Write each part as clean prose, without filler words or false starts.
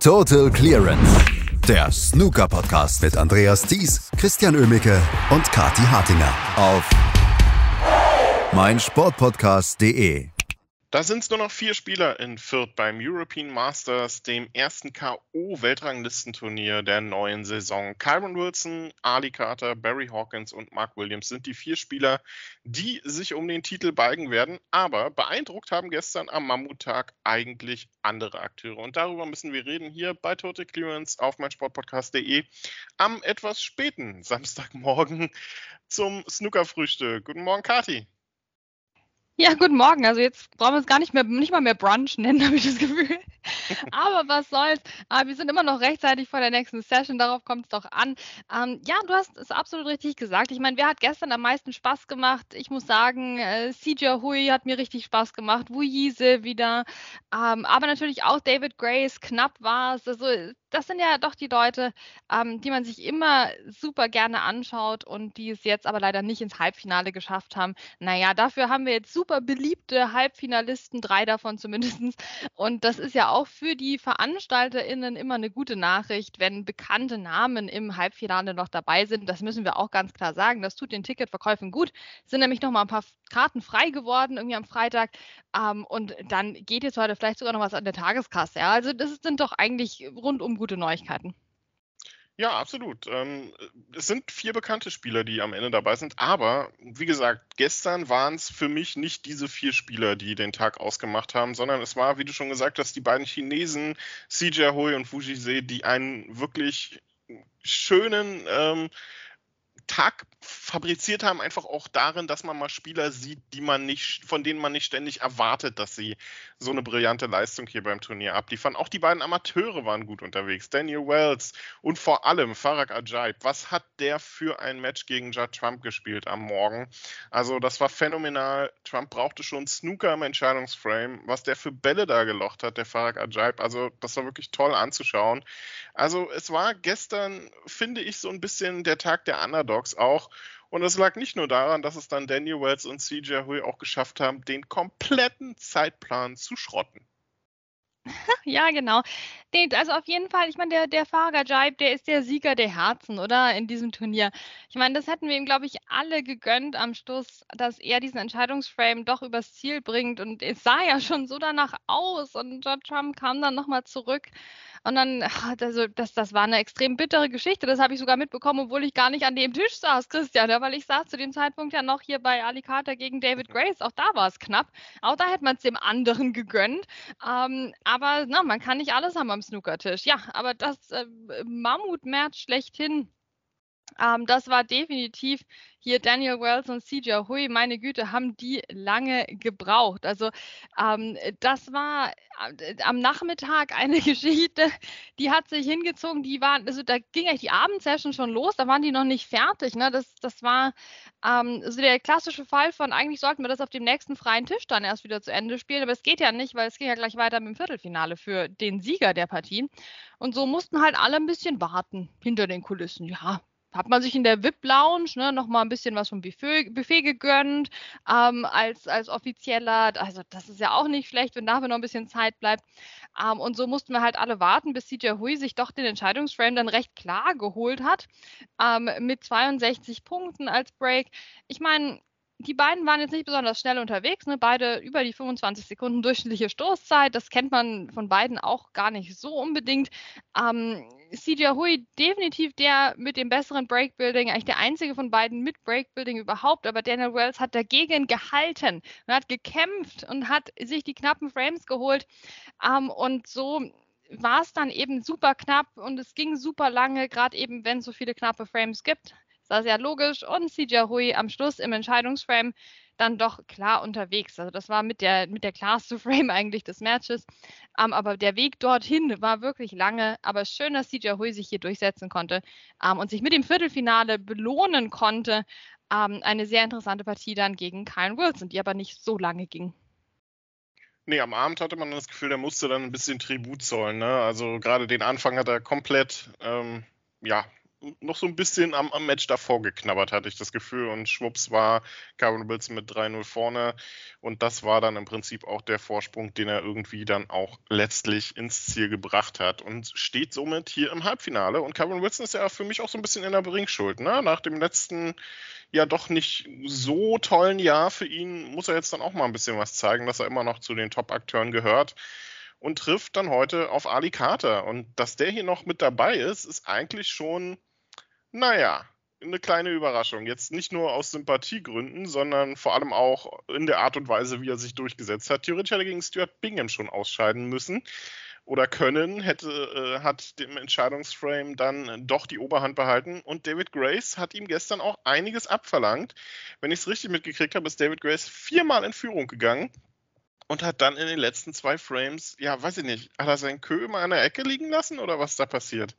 Total Clearance, der Snooker-Podcast mit Andreas Thies, Christian Oemicke und Kathi Hartinger auf meinsportpodcast.de. Da sind es nur noch 4 Spieler in Fürth beim European Masters, dem ersten K.O.-Weltranglistenturnier der neuen Saison. Kyron Wilson, Ali Carter, Barry Hawkins und Mark Williams sind die 4 Spieler, die sich um den Titel balgen werden. Aber beeindruckt haben gestern am Mammuttag eigentlich andere Akteure. Und darüber müssen wir reden hier bei Total Clearance auf meinsportpodcast.de am etwas späten Samstagmorgen zum Snookerfrühstück. Guten Morgen, Kathi. Ja, guten Morgen. Also jetzt brauchen wir es nicht mal mehr Brunch nennen, habe ich das Gefühl. Aber was soll's. Wir sind immer noch rechtzeitig vor der nächsten Session, darauf kommt es doch an. Ja, du hast es absolut richtig gesagt. Ich meine, wer hat gestern am meisten Spaß gemacht? Ich muss sagen, CJ Hui hat mir richtig Spaß gemacht, Wu Yise wieder, aber natürlich auch David Grace, knapp war es. Also das sind ja doch die Leute, die man sich immer super gerne anschaut und die es jetzt aber leider nicht ins Halbfinale geschafft haben. Naja, dafür haben wir jetzt super beliebte Halbfinalisten, 3 davon zumindest. Und das ist ja auch für die VeranstalterInnen immer eine gute Nachricht, wenn bekannte Namen im Halbfinale noch dabei sind. Das müssen wir auch ganz klar sagen. Das tut den Ticketverkäufen gut. Es sind nämlich noch mal ein paar Karten frei geworden, irgendwie am Freitag. Und dann geht jetzt heute vielleicht sogar noch was an der Tageskasse. Ja? Also das sind doch eigentlich rundum gute Neuigkeiten. Ja, absolut. Es sind 4 bekannte Spieler, die am Ende dabei sind. Aber, wie gesagt, gestern waren es für mich nicht diese 4 Spieler, die den Tag ausgemacht haben, sondern es war, wie du schon gesagt hast, die beiden Chinesen, CJ Hui und Wu Yise, die einen wirklich schönen Tag fabriziert haben, einfach auch darin, dass man mal Spieler sieht, von denen man nicht ständig erwartet, dass sie so eine brillante Leistung hier beim Turnier abliefern. Auch die beiden Amateure waren gut unterwegs. Daniel Wells und vor allem Farag Ajaib. Was hat der für ein Match gegen Judd Trump gespielt am Morgen? Also das war phänomenal. Trump brauchte schon Snooker im Entscheidungsframe. Was der für Bälle da gelocht hat, der Farag Ajaib. Also das war wirklich toll anzuschauen. Also es war gestern, finde ich, so ein bisschen der Tag der Underdogs auch. Und es lag nicht nur daran, dass es dann Daniel Wells und CJ Hui auch geschafft haben, den kompletten Zeitplan zu schrotten. Ja, genau. Also auf jeden Fall, ich meine, der Farag Ajaib, der ist der Sieger der Herzen, oder? In diesem Turnier. Ich meine, das hätten wir ihm, glaube ich, alle gegönnt am Schluss, dass er diesen Entscheidungsframe doch übers Ziel bringt. Und es sah ja schon so danach aus. Und Judd Trump kam dann nochmal zurück. Und dann, also das war eine extrem bittere Geschichte. Das habe ich sogar mitbekommen, obwohl ich gar nicht an dem Tisch saß, Christian. Ja, weil ich saß zu dem Zeitpunkt ja noch hier bei Ali Carter gegen David Grace. Auch da war es knapp. Auch da hätte man es dem anderen gegönnt. Aber man kann nicht alles haben am Snookertisch. Ja, aber das Mammutmatch schlechthin, das war definitiv hier Daniel Wells und CJ Hui. Meine Güte, haben die lange gebraucht. Also das war am Nachmittag eine Geschichte, die hat sich hingezogen. Also da ging eigentlich die Abendsession schon los. Da waren die noch nicht fertig. Ne? Das war so der klassische Fall von, eigentlich sollten wir das auf dem nächsten freien Tisch dann erst wieder zu Ende spielen. Aber es geht ja nicht, weil es ging ja gleich weiter mit dem Viertelfinale für den Sieger der Partie. Und so mussten halt alle ein bisschen warten hinter den Kulissen. Ja, hat man sich in der VIP-Lounge noch mal ein bisschen was vom Buffet gegönnt, als Offizieller. Also das ist ja auch nicht schlecht, wenn dafür noch ein bisschen Zeit bleibt. Und so mussten wir halt alle warten, bis CJ Hui sich doch den Entscheidungsframe dann recht klar geholt hat, mit 62 Punkten als Break. Ich meine, die beiden waren jetzt nicht besonders schnell unterwegs, ne? Beide über die 25 Sekunden durchschnittliche Stoßzeit. Das kennt man von beiden auch gar nicht so unbedingt. CJ Hui definitiv der mit dem besseren Breakbuilding, eigentlich der einzige von beiden mit Breakbuilding überhaupt, aber Daniel Wells hat dagegen gehalten und hat gekämpft und hat sich die knappen Frames geholt. Und so war es dann eben super knapp und es ging super lange, gerade eben, wenn es so viele knappe Frames gibt. Das war sehr logisch und CJ Hui am Schluss im Entscheidungsframe dann doch klar unterwegs. Also das war mit der klarste Frame eigentlich des Matches. Aber der Weg dorthin war wirklich lange. Aber schön, dass CJ Hui sich hier durchsetzen konnte und sich mit dem Viertelfinale belohnen konnte. Eine sehr interessante Partie dann gegen Kyron Wilson, die aber nicht so lange ging. Nee, am Abend hatte man das Gefühl, der musste dann ein bisschen Tribut zollen. Ne? Also gerade den Anfang hat er komplett noch so ein bisschen am Match davor geknabbert, hatte ich das Gefühl. Und schwupps war Kyron Wilson mit 3-0 vorne. Und das war dann im Prinzip auch der Vorsprung, den er irgendwie dann auch letztlich ins Ziel gebracht hat. Und steht somit hier im Halbfinale. Und Kyron Wilson ist ja für mich auch so ein bisschen in der Bringschuld. Ne? Nach dem letzten, ja doch nicht so tollen Jahr für ihn, muss er jetzt dann auch mal ein bisschen was zeigen, dass er immer noch zu den Top-Akteuren gehört. Und trifft dann heute auf Ali Carter. Und dass der hier noch mit dabei ist, ist eigentlich schon, naja, eine kleine Überraschung. Jetzt nicht nur aus Sympathiegründen, sondern vor allem auch in der Art und Weise, wie er sich durchgesetzt hat. Theoretisch hätte er gegen Stuart Bingham schon ausscheiden müssen oder können, hat dem Entscheidungsframe dann doch die Oberhand behalten. Und David Grace hat ihm gestern auch einiges abverlangt. Wenn ich es richtig mitgekriegt habe, ist David Grace 4-mal in Führung gegangen. Und hat dann in den letzten 2 Frames, ja, weiß ich nicht, hat er seinen Kö immer an der Ecke liegen lassen oder was da passiert?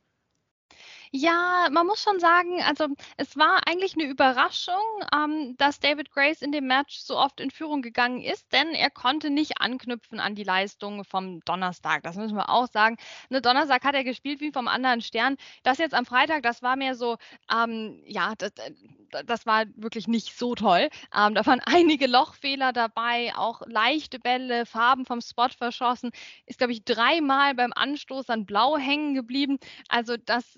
Ja, man muss schon sagen, also es war eigentlich eine Überraschung, dass David Grace in dem Match so oft in Führung gegangen ist, denn er konnte nicht anknüpfen an die Leistung vom Donnerstag. Das müssen wir auch sagen. Ne, Donnerstag hat er gespielt wie vom anderen Stern. Das jetzt am Freitag, das war mehr so, ja, das war wirklich nicht so toll. Da waren einige Lochfehler dabei, auch leichte Bälle, Farben vom Spot verschossen. Ist, glaube ich, 3-mal beim Anstoß an Blau hängen geblieben. Also das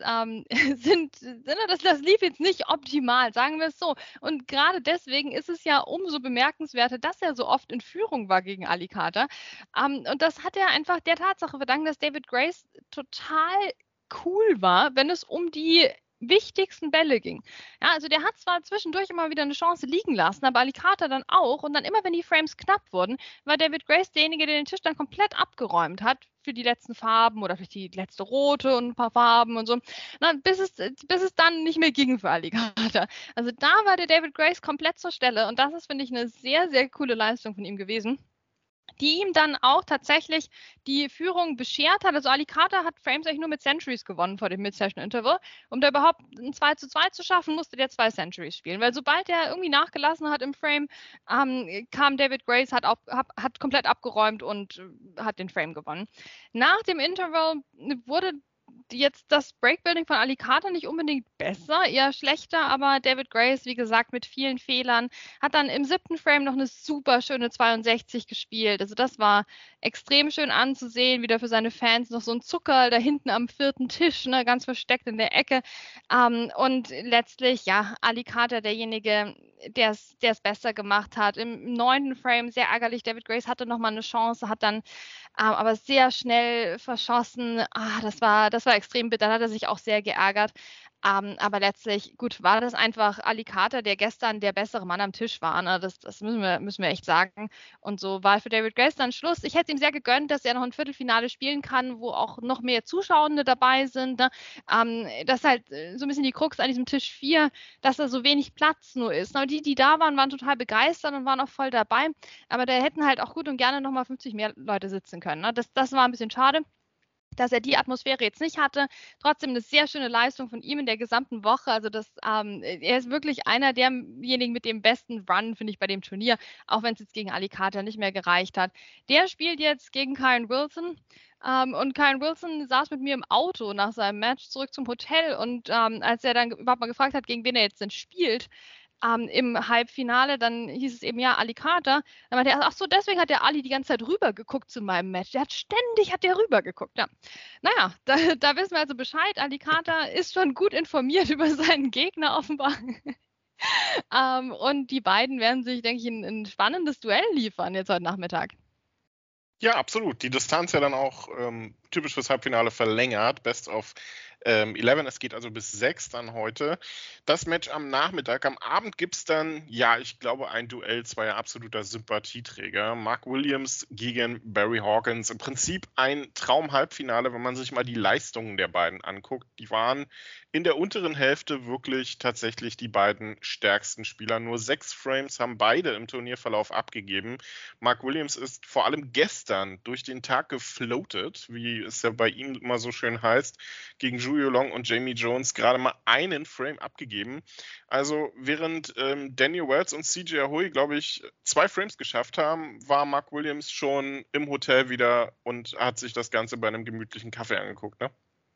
das lief jetzt nicht optimal, sagen wir es so. Und gerade deswegen ist es ja umso bemerkenswerter, dass er so oft in Führung war gegen Ali Carter. Und das hat er einfach der Tatsache verdankt, dass David Grace total cool war, wenn es um die wichtigsten Bälle ging. Ja, also der hat zwar zwischendurch immer wieder eine Chance liegen lassen, aber Ali Carter dann auch. Und dann immer, wenn die Frames knapp wurden, war David Grace derjenige, der den Tisch dann komplett abgeräumt hat für die letzten Farben oder für die letzte rote und ein paar Farben und so. Na, bis es dann nicht mehr ging für Ali Carter. Also da war der David Grace komplett zur Stelle. Und das ist, finde ich, eine sehr, sehr coole Leistung von ihm gewesen, die ihm dann auch tatsächlich die Führung beschert hat. Also Ali Carter hat Frames eigentlich nur mit Centuries gewonnen vor dem Mid-Session-Interval. Um da überhaupt ein 2:2 zu schaffen, musste der 2 Centuries spielen. Weil sobald er irgendwie nachgelassen hat im Frame, kam David Grace, hat komplett abgeräumt und hat den Frame gewonnen. Nach dem Interval wurde jetzt das Breakbuilding von Ali Carter nicht unbedingt besser, eher schlechter, aber David Grace, wie gesagt, mit vielen Fehlern, hat dann im 7. Frame noch eine super schöne 62 gespielt. Also das war extrem schön anzusehen, wieder für seine Fans noch so ein Zuckerl da hinten am 4. Tisch, ne, ganz versteckt in der Ecke. Und letztlich, ja, Ali Carter, derjenige, der es besser gemacht hat. Im 9. Frame sehr ärgerlich. David Grace hatte nochmal eine Chance, hat dann aber sehr schnell verschossen. Das war extrem bitter. Da hat er sich auch sehr geärgert. Aber letztlich, gut, war das einfach Ali Carter, der gestern der bessere Mann am Tisch war. Ne? Das müssen wir echt sagen. Und so war für David Grace dann Schluss. Ich hätte ihm sehr gegönnt, dass er noch ein Viertelfinale spielen kann, wo auch noch mehr Zuschauende dabei sind. Ne? Das ist halt so ein bisschen die Krux an diesem Tisch 4, dass da so wenig Platz nur ist. Aber die da waren, waren total begeistert und waren auch voll dabei. Aber da hätten halt auch gut und gerne nochmal 50 mehr Leute sitzen können. Ne? Das war ein bisschen schade, dass er die Atmosphäre jetzt nicht hatte. Trotzdem eine sehr schöne Leistung von ihm in der gesamten Woche. Also er ist wirklich einer derjenigen mit dem besten Run, finde ich, bei dem Turnier, auch wenn es jetzt gegen Ali Carter nicht mehr gereicht hat. Der spielt jetzt gegen Kyron Wilson. Und Kyron Wilson saß mit mir im Auto nach seinem Match zurück zum Hotel. Und als er dann überhaupt mal gefragt hat, gegen wen er jetzt denn spielt, im Halbfinale, dann hieß es eben, ja, Ali Carter. Dann meinte er, ach so, deswegen hat der Ali die ganze Zeit rübergeguckt zu meinem Match. Der hat ständig rübergeguckt, ja. Naja, da wissen wir also Bescheid. Ali Carter ist schon gut informiert über seinen Gegner offenbar. Und die beiden werden sich, denke ich, ein spannendes Duell liefern jetzt heute Nachmittag. Ja, absolut. Die Distanz ja dann auch typisch fürs Halbfinale verlängert. Best of 11. Es geht also bis 6 dann heute. Das Match am Nachmittag. Am Abend gibt es dann, ja, ich glaube, ein Duell zweier absoluter Sympathieträger. Mark Williams gegen Barry Hawkins. Im Prinzip ein Traum-Halbfinale, wenn man sich mal die Leistungen der beiden anguckt. Die waren in der unteren Hälfte wirklich tatsächlich die beiden stärksten Spieler. Nur 6 Frames haben beide im Turnierverlauf abgegeben. Mark Williams ist vor allem gestern durch den Tag gefloatet, wie es ja bei ihm immer so schön heißt, gegen Zhu Yulong und Jamie Jones gerade mal einen Frame abgegeben. Also während Daniel Wells und CJ Ahui, glaube ich, 2 Frames geschafft haben, war Mark Williams schon im Hotel wieder und hat sich das Ganze bei einem gemütlichen Kaffee angeguckt, ne?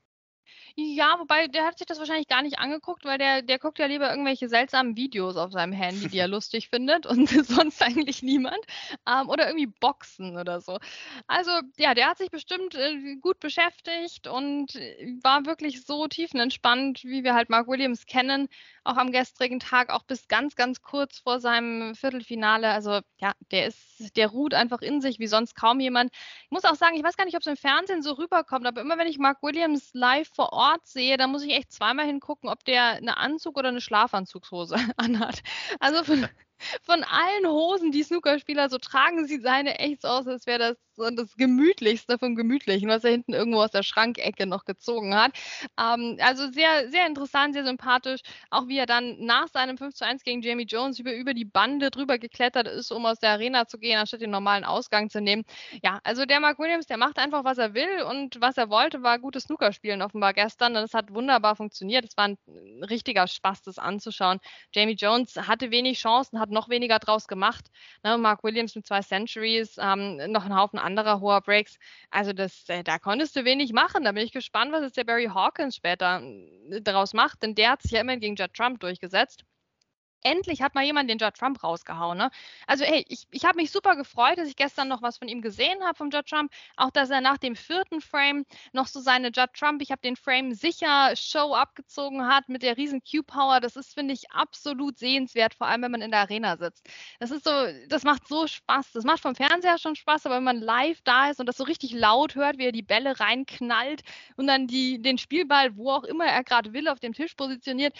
Ja, wobei der hat sich das wahrscheinlich gar nicht angeguckt, weil der guckt ja lieber irgendwelche seltsamen Videos auf seinem Handy, die er lustig findet und sonst eigentlich niemand. Oder irgendwie Boxen oder so. Also ja, der hat sich bestimmt gut beschäftigt und war wirklich so tiefenentspannt, wie wir halt Mark Williams kennen, auch am gestrigen Tag, auch bis ganz, ganz kurz vor seinem Viertelfinale. Also ja, der ruht einfach in sich wie sonst kaum jemand. Ich muss auch sagen, ich weiß gar nicht, ob es im Fernsehen so rüberkommt, aber immer wenn ich Mark Williams live vor Ort sehe, dann muss ich echt zweimal hingucken, ob der eine Anzug- oder eine Schlafanzugshose anhat. Also von allen Hosen, die Snookerspieler so tragen, sieht seine echt so aus, als wäre das so das Gemütlichste vom Gemütlichen, was er hinten irgendwo aus der Schrankecke noch gezogen hat. Also sehr, sehr interessant, sehr sympathisch. Auch wie er dann nach seinem 5:1 gegen Jamie Jones über die Bande drüber geklettert ist, um aus der Arena zu gehen, anstatt den normalen Ausgang zu nehmen. Ja, also der Mark Williams, der macht einfach, was er will und was er wollte, war gutes Snooker spielen offenbar gestern. Und es hat wunderbar funktioniert. Es war ein richtiger Spaß, das anzuschauen. Jamie Jones hatte wenig Chancen, hat noch weniger draus gemacht. Ne, Mark Williams mit 2 Centuries, noch ein Haufen anderer hoher Breaks. Also da konntest du wenig machen. Da bin ich gespannt, was jetzt der Barry Hawkins später daraus macht, denn der hat sich ja immerhin gegen Judd Trump durchgesetzt. Endlich hat mal jemand den Judd Trump rausgehauen, ne? Also, ey, ich habe mich super gefreut, dass ich gestern noch was von ihm gesehen habe vom Judd Trump. Auch, dass er nach dem 4. Frame noch so seine Judd Trump, ich habe den Frame sicher Show abgezogen hat mit der riesen Q-Power. Das ist, finde ich, absolut sehenswert, vor allem wenn man in der Arena sitzt. Das macht so Spaß. Das macht vom Fernseher schon Spaß, aber wenn man live da ist und das so richtig laut hört, wie er die Bälle reinknallt und dann den Spielball, wo auch immer er gerade will, auf dem Tisch positioniert,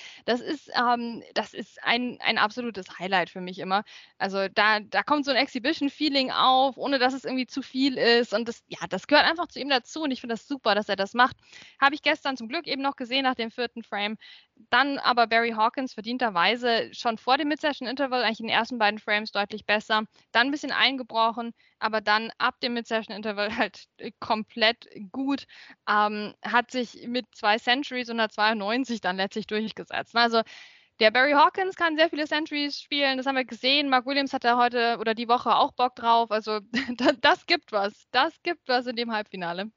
das ist ein absolutes Highlight für mich immer. Also da kommt so ein Exhibition-Feeling auf, ohne dass es irgendwie zu viel ist. Und das gehört einfach zu ihm dazu. Und ich finde das super, dass er das macht. Habe ich gestern zum Glück eben noch gesehen nach dem 4. Frame. Dann aber Barry Hawkins verdienterweise schon vor dem Mid-Session-Interval, eigentlich in den ersten beiden Frames deutlich besser. Dann ein bisschen eingebrochen, aber dann ab dem Mid-Session-Interval halt komplett gut. Hat sich mit 2 Centuries und einer 92 dann letztlich durchgesetzt. Also der Barry Hawkins kann sehr viele Centuries spielen, das haben wir gesehen. Mark Williams hat da heute oder die Woche auch Bock drauf. Also das gibt was. Das gibt was in dem Halbfinale.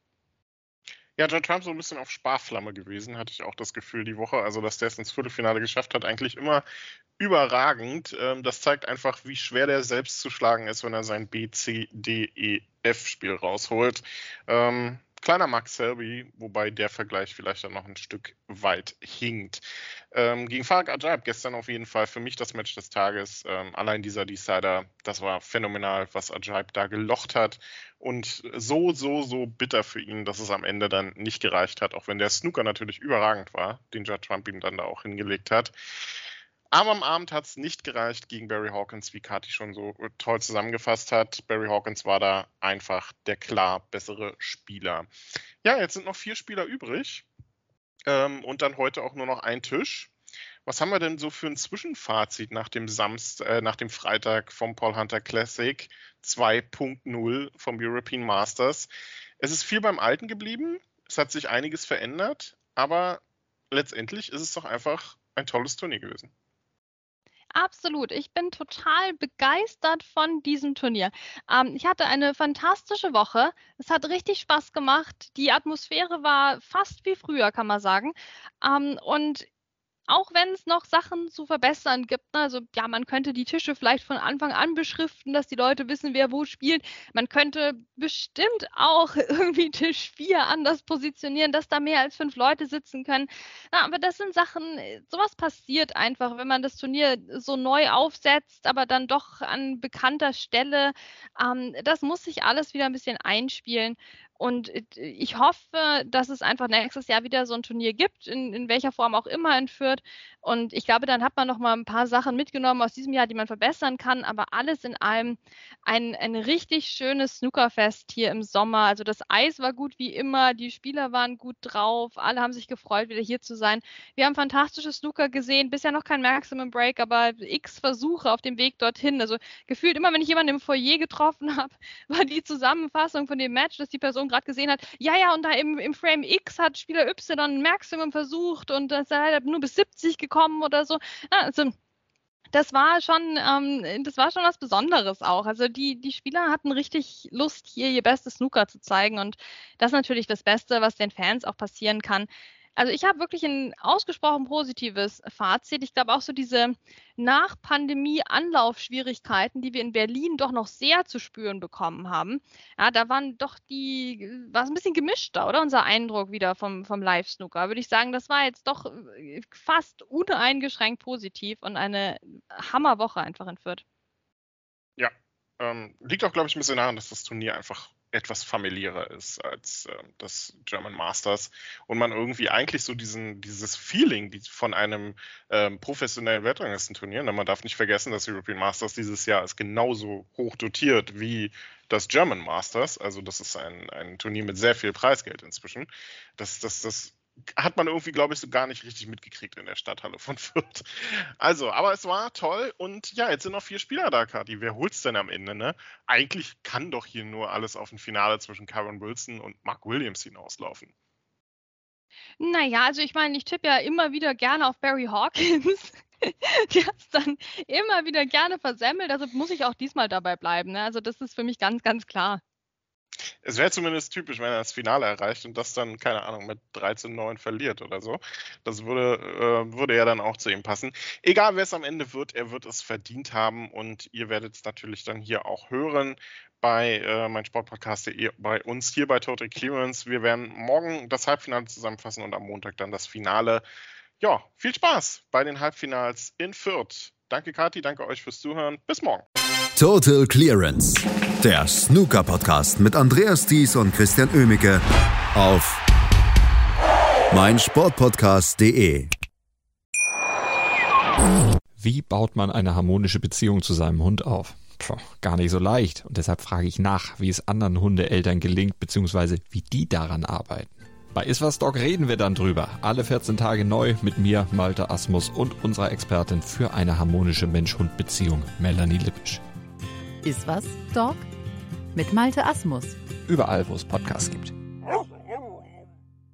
Ja, Judd Trump so ein bisschen auf Sparflamme gewesen, hatte ich auch das Gefühl die Woche. Also, dass der es ins Viertelfinale geschafft hat, eigentlich immer überragend. Das zeigt einfach, wie schwer der selbst zu schlagen ist, wenn er sein B, C, D, E, F-Spiel rausholt. Kleiner Max Selby, wobei der Vergleich vielleicht dann noch ein Stück weit hinkt. Gegen Farag Ajaib gestern auf jeden Fall für mich das Match des Tages. Allein dieser Decider, das war phänomenal, was Ajaib da gelocht hat. Und so bitter für ihn, dass es am Ende dann nicht gereicht hat, auch wenn der Snooker natürlich überragend war, den Judd Trump ihm dann da auch hingelegt hat. Aber am Abend hat es nicht gereicht gegen Barry Hawkins, wie Kathi schon so toll zusammengefasst hat. Barry Hawkins war da einfach der klar bessere Spieler. Ja, jetzt sind noch 4 Spieler übrig und dann heute auch nur noch ein Tisch. Was haben wir denn so für ein Zwischenfazit nach dem Freitag vom Paul Hunter Classic 2.0 vom European Masters? Es ist viel beim Alten geblieben, es hat sich einiges verändert, aber letztendlich ist es doch einfach ein tolles Turnier gewesen. Absolut. Ich bin total begeistert von diesem Turnier. Ich hatte eine fantastische Woche. Es hat richtig Spaß gemacht. Die Atmosphäre war fast wie früher, kann man sagen. Und auch wenn es noch Sachen zu verbessern gibt, ne? Also ja, man könnte die Tische vielleicht von Anfang an beschriften, dass die Leute wissen, wer wo spielt. Man könnte bestimmt auch irgendwie Tisch 4 anders positionieren, dass da mehr als 5 Leute sitzen können. Ja, aber das sind Sachen, sowas passiert einfach, wenn man das Turnier so neu aufsetzt, aber dann doch an bekannter Stelle. Das muss sich alles wieder ein bisschen einspielen. Und ich hoffe, dass es einfach nächstes Jahr wieder so ein Turnier gibt, in welcher Form auch immer in Fürth. Und ich glaube, dann hat man noch mal ein paar Sachen mitgenommen aus diesem Jahr, die man verbessern kann. Aber alles in allem ein richtig schönes Snookerfest hier im Sommer. Also das Eis war gut wie immer, die Spieler waren gut drauf, alle haben sich gefreut, wieder hier zu sein. Wir haben fantastisches Snooker gesehen, bisher noch kein Maximum Break, aber x Versuche auf dem Weg dorthin. Also gefühlt immer, wenn ich jemanden im Foyer getroffen habe, war die Zusammenfassung von dem Match, dass die Person gerade gesehen hat, ja, und da im Frame X hat Spieler Y ein Maximum versucht und das ist leider nur bis 70 gekommen oder so. Ja, also das war schon was Besonderes auch. Also die Spieler hatten richtig Lust, hier ihr bestes Snooker zu zeigen und das ist natürlich das Beste, was den Fans auch passieren kann. Also ich habe wirklich ein ausgesprochen positives Fazit. Ich glaube auch so diese Nach-Pandemie-Anlaufschwierigkeiten, die wir in Berlin doch noch sehr zu spüren bekommen haben. Ja, da war es ein bisschen gemischter, oder? Unser Eindruck wieder vom Live-Snooker. Würde ich sagen, das war jetzt doch fast uneingeschränkt positiv und eine Hammerwoche einfach in Fürth. Ja, liegt auch, glaube ich, ein bisschen daran, dass das Turnier einfach etwas familiärer ist als das German Masters und man irgendwie eigentlich so dieses Feeling von einem professionellen Weltranglistenturnier, man darf nicht vergessen, das European Masters dieses Jahr ist genauso hoch dotiert wie das German Masters, also das ist ein Turnier mit sehr viel Preisgeld inzwischen, das hat man irgendwie, glaube ich, so gar nicht richtig mitgekriegt in der Stadthalle von Fürth. Also, aber es war toll und ja, jetzt sind noch 4 Spieler da, Kathi. Wer holt's denn am Ende, ne? Eigentlich kann doch hier nur alles auf ein Finale zwischen Kyron Wilson und Mark Williams hinauslaufen. Naja, also ich meine, ich tippe ja immer wieder gerne auf Barry Hawkins. Die hat es dann immer wieder gerne versemmelt, also muss ich auch diesmal dabei bleiben. Ne? Also das ist für mich ganz, ganz klar. Es wäre zumindest typisch, wenn er das Finale erreicht und das dann, keine Ahnung, mit 13-9 verliert oder so. Das würde ja dann auch zu ihm passen. Egal, wer es am Ende wird, er wird es verdient haben und ihr werdet es natürlich dann hier auch hören bei meinsportpodcast.de, bei uns hier bei Total Clearance. Wir werden morgen das Halbfinale zusammenfassen und am Montag dann das Finale. Ja, viel Spaß bei den Halbfinals in Fürth. Danke, Kathi, danke euch fürs Zuhören. Bis morgen. Total Clearance, der Snooker-Podcast mit Andreas Thies und Christian Oemicke auf meinsportpodcast.de. Wie baut man eine harmonische Beziehung zu seinem Hund auf? Gar nicht so leicht. Und deshalb frage ich nach, wie es anderen Hundeeltern gelingt, beziehungsweise wie die daran arbeiten. Bei Iswas Dog reden wir dann drüber. Alle 14 Tage neu mit mir, Malte Asmus und unserer Expertin für eine harmonische Mensch-Hund-Beziehung, Melanie Lippisch. Iswas Dog mit Malte Asmus. Überall, wo es Podcasts gibt.